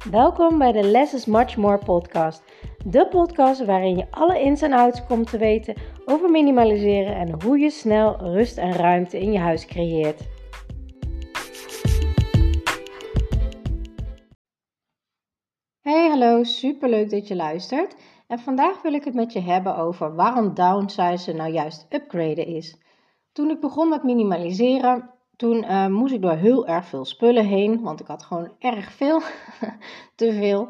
Welkom bij de Less is Much More podcast. De podcast waarin je alle ins en outs komt te weten over minimaliseren en hoe je snel rust en ruimte in je huis creëert. Hey, hallo, superleuk dat je luistert. En vandaag wil ik het met je hebben over waarom downsizen nou juist upgraden is. Toen ik begon met minimaliseren, toen moest ik door heel erg veel spullen heen, want ik had gewoon erg veel, te veel.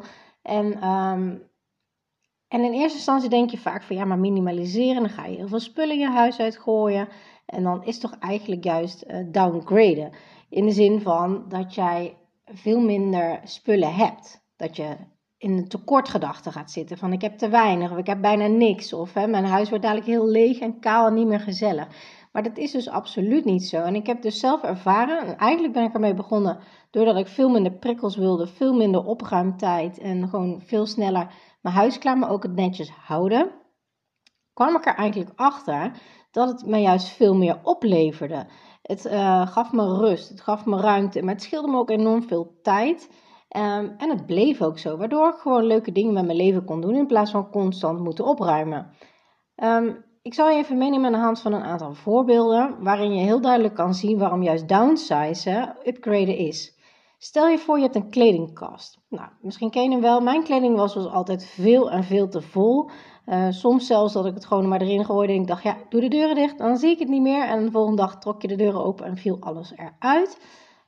En in eerste instantie denk je vaak van ja, maar minimaliseren, dan ga je heel veel spullen in je huis uitgooien. En dan is toch eigenlijk juist downgraden. In de zin van dat jij veel minder spullen hebt. Dat je in een tekortgedachte gaat zitten van ik heb te weinig of ik heb bijna niks. Of mijn huis wordt dadelijk heel leeg en kaal en niet meer gezellig. Maar dat is dus absoluut niet zo. En ik heb dus zelf ervaren, en eigenlijk ben ik ermee begonnen doordat ik veel minder prikkels wilde, veel minder opruimtijd en gewoon veel sneller mijn huis klaar, maar ook het netjes houden, kwam ik er eigenlijk achter dat het me juist veel meer opleverde. Het gaf me rust, het gaf me ruimte, maar het scheelde me ook enorm veel tijd. En het bleef ook zo, waardoor ik gewoon leuke dingen met mijn leven kon doen in plaats van constant moeten opruimen. Ik zal je even meenemen aan de hand van een aantal voorbeelden waarin je heel duidelijk kan zien waarom juist downsizen upgraden is. Stel je voor je hebt een kledingkast. Nou, misschien ken je hem wel. Mijn kleding was dus altijd veel en veel te vol. Soms zelfs dat ik het gewoon maar erin gooide en ik dacht, ja, doe de deuren dicht, dan zie ik het niet meer. En de volgende dag trok je de deuren open en viel alles eruit.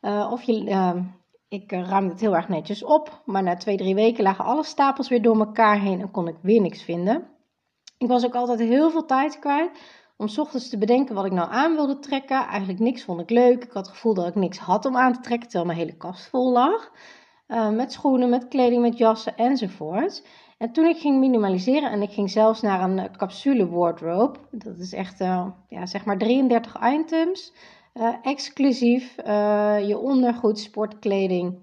Ik ruimde het heel erg netjes op, maar na 2-3 weken lagen alle stapels weer door elkaar heen en kon ik weer niks vinden. Ik was ook altijd heel veel tijd kwijt om 's ochtends te bedenken wat ik nou aan wilde trekken. Eigenlijk niks vond ik leuk. Ik had het gevoel dat ik niks had om aan te trekken, terwijl mijn hele kast vol lag. Met schoenen, met kleding, met jassen enzovoort. En toen ik ging minimaliseren en ik ging zelfs naar een capsule wardrobe. Dat is echt zeg maar 33 items. Exclusief je ondergoed, sportkleding.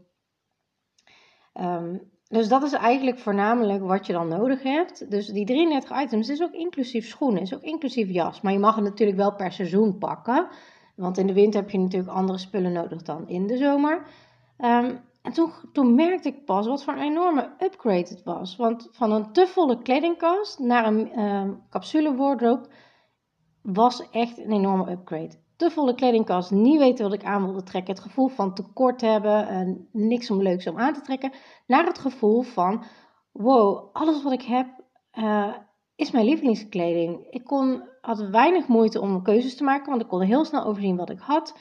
Dus dat is eigenlijk voornamelijk wat je dan nodig hebt. Dus die 33 items is ook inclusief schoenen, is ook inclusief jas. Maar je mag het natuurlijk wel per seizoen pakken. Want in de winter heb je natuurlijk andere spullen nodig dan in de zomer. En toen merkte ik pas wat voor een enorme upgrade het was. Want van een te volle kledingkast naar een capsule wardrobe was echt een enorme upgrade. Te volle kledingkast, niet weten wat ik aan wilde trekken. Het gevoel van tekort hebben, niks om leuks om aan te trekken. Naar het gevoel van, wow, alles wat ik heb is mijn lievelingskleding. Ik had weinig moeite om keuzes te maken, want ik kon heel snel overzien wat ik had.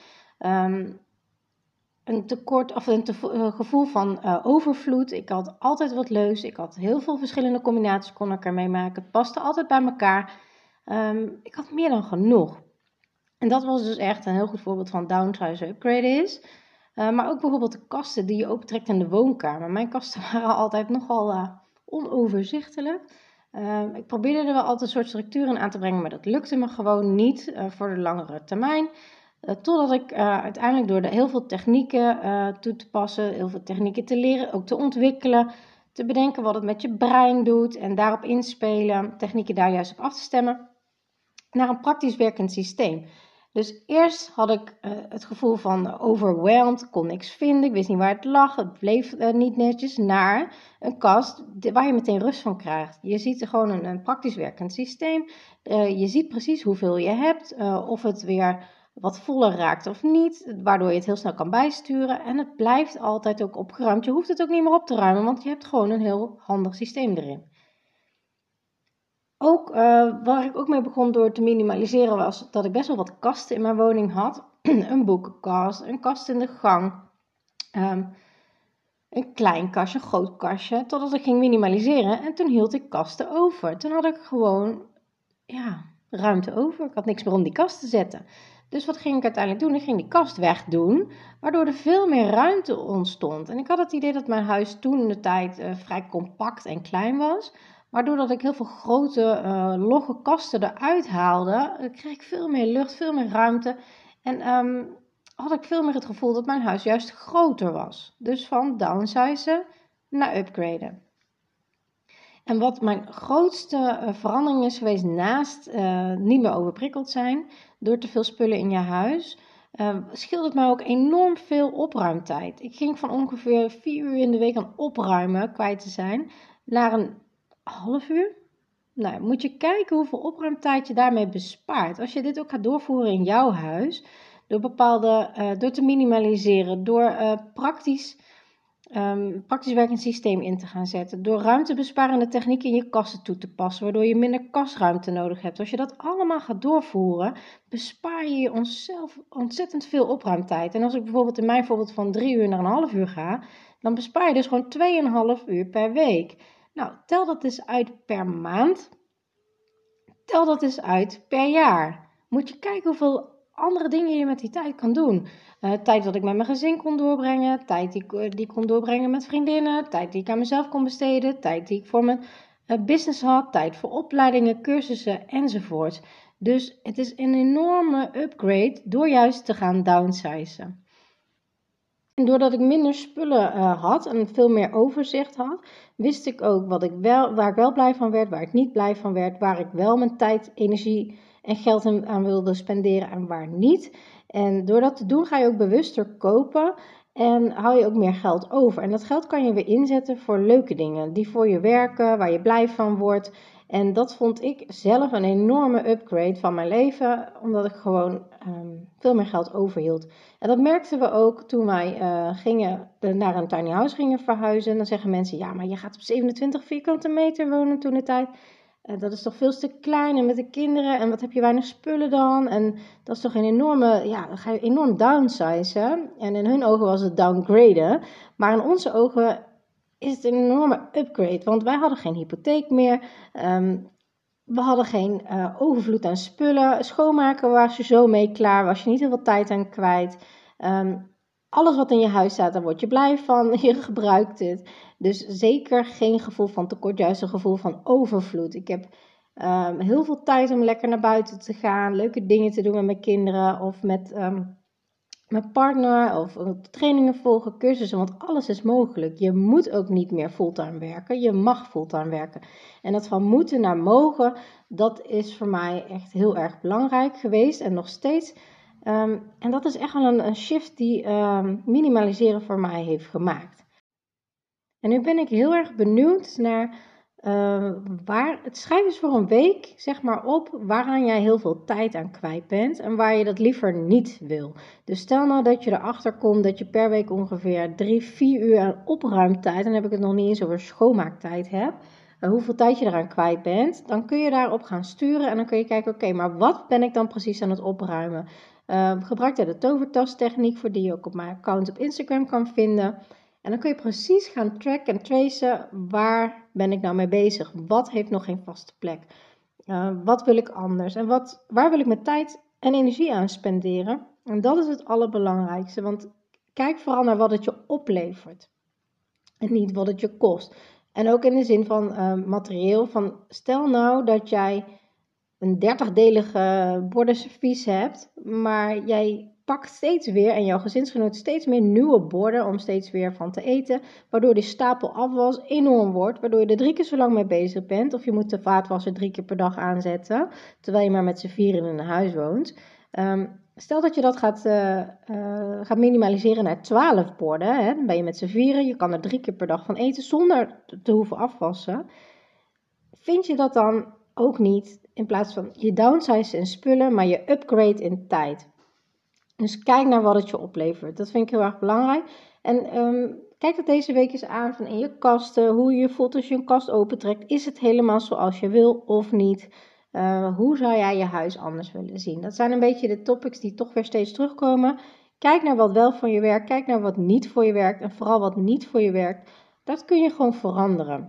Een gevoel van overvloed. Ik had altijd wat leuks. Ik had heel veel verschillende combinaties kon ik ermee maken. Het paste altijd bij elkaar. Ik had meer dan genoeg. En dat was dus echt een heel goed voorbeeld van downsize upgrade is. Maar ook bijvoorbeeld de kasten die je opentrekt in de woonkamer. Mijn kasten waren altijd nogal onoverzichtelijk. Ik probeerde er wel altijd een soort structuur in aan te brengen, maar dat lukte me gewoon niet voor de langere termijn. Totdat ik uiteindelijk door heel veel technieken toe te passen, heel veel technieken te leren, ook te ontwikkelen, te bedenken wat het met je brein doet en daarop inspelen, technieken daar juist op af te stemmen, naar een praktisch werkend systeem. Dus eerst had ik het gevoel van overwhelmed, kon niks vinden, ik wist niet waar het lag, het bleef niet netjes, naar een kast waar je meteen rust van krijgt. Je ziet er gewoon een praktisch werkend systeem, je ziet precies hoeveel je hebt, of het weer wat voller raakt of niet, waardoor je het heel snel kan bijsturen en het blijft altijd ook opgeruimd. Je hoeft het ook niet meer op te ruimen, want je hebt gewoon een heel handig systeem erin. Ook waar ik ook mee begon door te minimaliseren was dat ik best wel wat kasten in mijn woning had. Een boekenkast, een kast in de gang, een klein kastje, een groot kastje. Totdat ik ging minimaliseren en toen hield ik kasten over. Toen had ik gewoon ruimte over. Ik had niks meer om die kast te zetten. Dus wat ging ik uiteindelijk doen? Ik ging die kast wegdoen, waardoor er veel meer ruimte ontstond. En ik had het idee dat mijn huis toen in de tijd vrij compact en klein was. Maar doordat ik heel veel grote, logge kasten eruit haalde, kreeg ik veel meer lucht, veel meer ruimte. En had ik veel meer het gevoel dat mijn huis juist groter was. Dus van downsizen naar upgraden. En wat mijn grootste verandering is geweest naast niet meer overprikkeld zijn door te veel spullen in je huis, scheelde het mij ook enorm veel opruimtijd. Ik ging van ongeveer 4 uur in de week aan opruimen kwijt te zijn naar een half uur. Nou, moet je kijken hoeveel opruimtijd je daarmee bespaart. Als je dit ook gaat doorvoeren in jouw huis, door te minimaliseren, door praktisch werkend systeem in te gaan zetten, door ruimtebesparende technieken in je kasten toe te passen, waardoor je minder kastruimte nodig hebt. Als je dat allemaal gaat doorvoeren, bespaar je onszelf ontzettend veel opruimtijd. En als ik bijvoorbeeld in mijn voorbeeld van 3 uur naar een half uur ga, dan bespaar je dus gewoon 2,5 uur per week. Nou, tel dat eens uit per maand. Tel dat eens uit per jaar. Moet je kijken hoeveel andere dingen je met die tijd kan doen. Tijd dat ik met mijn gezin kon doorbrengen. Tijd die ik kon doorbrengen met vriendinnen. Tijd die ik aan mezelf kon besteden. Tijd die ik voor mijn business had. Tijd voor opleidingen, cursussen enzovoort. Dus het is een enorme upgrade door juist te gaan downsizen. En doordat ik minder spullen had en veel meer overzicht had, wist ik ook waar ik wel blij van werd, waar ik niet blij van werd, waar ik wel mijn tijd, energie en geld aan wilde spenderen en waar niet. En door dat te doen ga je ook bewuster kopen en hou je ook meer geld over. En dat geld kan je weer inzetten voor leuke dingen, die voor je werken, waar je blij van wordt. En dat vond ik zelf een enorme upgrade van mijn leven, omdat ik gewoon veel meer geld overhield. En dat merkten we ook toen wij naar een tiny house gingen verhuizen. En dan zeggen mensen, ja, maar je gaat op 27 vierkante meter wonen toen de tijd. Dat is toch veel te klein en met de kinderen en wat heb je weinig spullen dan? En dat is toch een enorme, dan ga je enorm downsizen. En in hun ogen was het downgraden, maar in onze ogen is het een enorme upgrade, want wij hadden geen hypotheek meer. We hadden geen overvloed aan spullen. Schoonmaken was je zo mee klaar, was je niet heel veel tijd aan kwijt. Alles wat in je huis staat, daar word je blij van. Je gebruikt het. Dus zeker geen gevoel van tekort, juist een gevoel van overvloed. Ik heb heel veel tijd om lekker naar buiten te gaan, leuke dingen te doen met mijn kinderen of met mijn partner of trainingen volgen, cursussen, want alles is mogelijk. Je moet ook niet meer fulltime werken, je mag fulltime werken. En dat van moeten naar mogen, dat is voor mij echt heel erg belangrijk geweest en nog steeds. En dat is echt wel een shift die minimaliseren voor mij heeft gemaakt. En nu ben ik heel erg benieuwd naar schrijf eens voor een week zeg maar op waaraan jij heel veel tijd aan kwijt bent en waar je dat liever niet wil. Dus stel nou dat je erachter komt dat je per week ongeveer 3-4 uur aan opruimtijd, dan heb ik het nog niet eens over schoonmaaktijd hebt, hoeveel tijd je eraan kwijt bent, dan kun je daarop gaan sturen en dan kun je kijken, oké, maar wat ben ik dan precies aan het opruimen? Gebruik daar de tovertastechniek voor die je ook op mijn account op Instagram kan vinden. En dan kun je precies gaan tracken en tracen, waar ben ik nou mee bezig? Wat heeft nog geen vaste plek? Wat wil ik anders? En waar wil ik mijn tijd en energie aan spenderen? En dat is het allerbelangrijkste, want kijk vooral naar wat het je oplevert. En niet wat het je kost. En ook in de zin van materieel, stel nou dat jij een 30-delige bordenservies hebt, maar jij pakt steeds weer en jouw gezinsgenoot steeds meer nieuwe borden om steeds weer van te eten, waardoor de stapel afwas enorm wordt, waardoor je er 3 keer zo lang mee bezig bent, of je moet de vaatwasser 3 keer per dag aanzetten, terwijl je maar met z'n 4 in een huis woont. Stel dat je dat gaat minimaliseren naar 12 borden, hè? Dan ben je met z'n 4, je kan er 3 keer per dag van eten zonder te hoeven afwassen. Vind je dat dan ook niet, in plaats van je downsize in spullen, maar je upgrade in tijd? Dus kijk naar wat het je oplevert. Dat vind ik heel erg belangrijk. En kijk dat deze week eens aan van in je kasten, hoe je je voelt als je een kast opentrekt. Is het helemaal zoals je wil of niet? Hoe zou jij je huis anders willen zien? Dat zijn een beetje de topics die toch weer steeds terugkomen. Kijk naar wat wel voor je werkt. Kijk naar wat niet voor je werkt. En vooral wat niet voor je werkt. Dat kun je gewoon veranderen.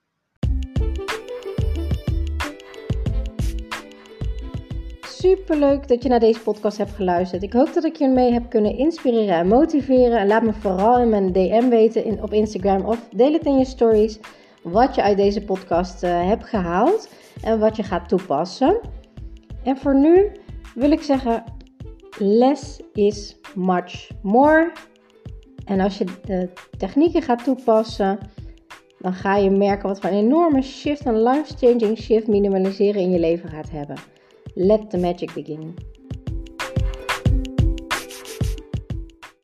Superleuk dat je naar deze podcast hebt geluisterd. Ik hoop dat ik je mee heb kunnen inspireren en motiveren. En laat me vooral in mijn DM weten op Instagram of deel het in je stories wat je uit deze podcast hebt gehaald en wat je gaat toepassen. En voor nu wil ik zeggen, less is much more. En als je de technieken gaat toepassen, dan ga je merken wat voor een enorme shift, een life-changing shift minimaliseren in je leven gaat hebben. Let the magic begin.